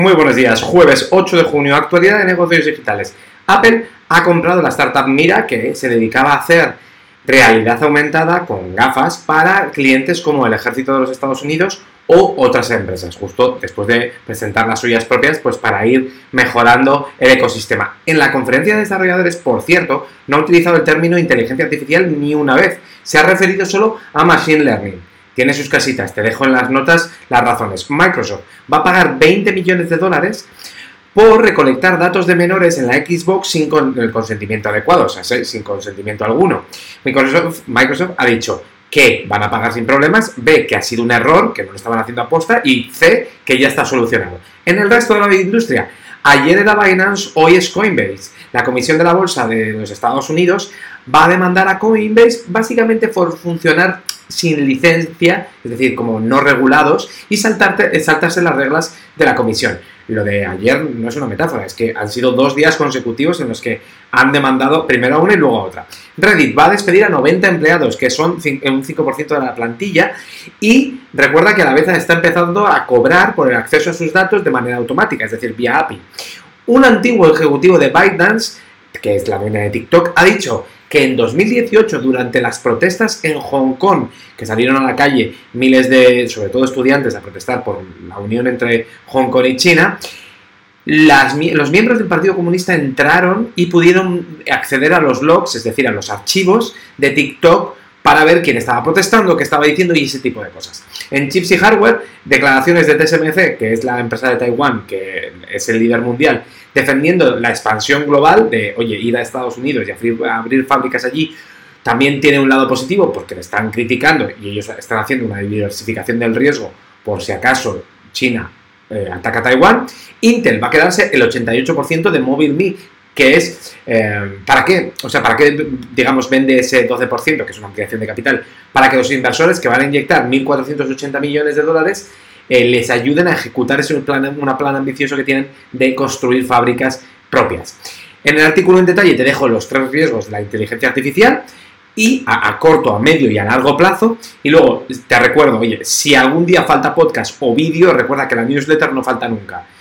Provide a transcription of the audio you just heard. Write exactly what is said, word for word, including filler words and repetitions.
Muy buenos días, jueves ocho de junio, actualidad de negocios digitales. Apple ha comprado la startup Mira, que se dedicaba a hacer realidad aumentada con gafas para clientes como el Ejército de los Estados Unidos o otras empresas, justo después de presentar las suyas propias, pues para ir mejorando el ecosistema. En la conferencia de desarrolladores, por cierto, no ha utilizado el término inteligencia artificial ni una vez, se ha referido solo a machine learning. Tiene sus casitas, te dejo en las notas las razones. Microsoft va a pagar veinte millones de dólares por recolectar datos de menores en la Xbox sin con el consentimiento adecuado, o sea, sin consentimiento alguno. Microsoft, Microsoft ha dicho que van a pagar sin problemas, B, que ha sido un error, que no lo estaban haciendo aposta, y C, que ya está solucionado. En el resto de la industria, ayer era Binance, hoy es Coinbase. La Comisión de la Bolsa de los Estados Unidos va a demandar a Coinbase básicamente por funcionar sin licencia, es decir, como no regulados, y saltarte, saltarse las reglas de la comisión. Lo de ayer no es una metáfora, es que han sido dos días consecutivos en los que han demandado primero a una y luego a otra. Reddit va a despedir a noventa empleados, que son un cinco por ciento de la plantilla, y recuerda que a la vez está empezando a cobrar por el acceso a sus datos de manera automática, es decir, vía A P I. Un antiguo ejecutivo de ByteDance, que es la dueña de TikTok, ha dicho que en dos mil dieciocho, durante las protestas en Hong Kong, que salieron a la calle miles de, sobre todo estudiantes, a protestar por la unión entre Hong Kong y China, las, los miembros del Partido Comunista entraron y pudieron acceder a los logs, es decir, a los archivos de TikTok, para ver quién estaba protestando, qué estaba diciendo y ese tipo de cosas. En chips y hardware, declaraciones de T S M C, que es la empresa de Taiwán, que es el líder mundial, defendiendo la expansión global de, oye, ir a Estados Unidos y abrir, abrir fábricas allí, también tiene un lado positivo porque le están criticando y ellos están haciendo una diversificación del riesgo por si acaso China eh, ataca a Taiwán. Intel va a quedarse el ochenta y ocho por ciento de MobileMe, que es, eh, ¿para qué? O sea, ¿para qué, digamos, vende ese doce por ciento, que es una ampliación de capital? Para que los inversores que van a inyectar mil cuatrocientos ochenta millones de dólares eh, les ayuden a ejecutar ese plan, una plan ambicioso que tienen de construir fábricas propias. En el artículo en detalle te dejo los tres riesgos de la inteligencia artificial y a, a corto, a medio y a largo plazo. Y luego te recuerdo, oye, si algún día falta podcast o vídeo, recuerda que la newsletter no falta nunca.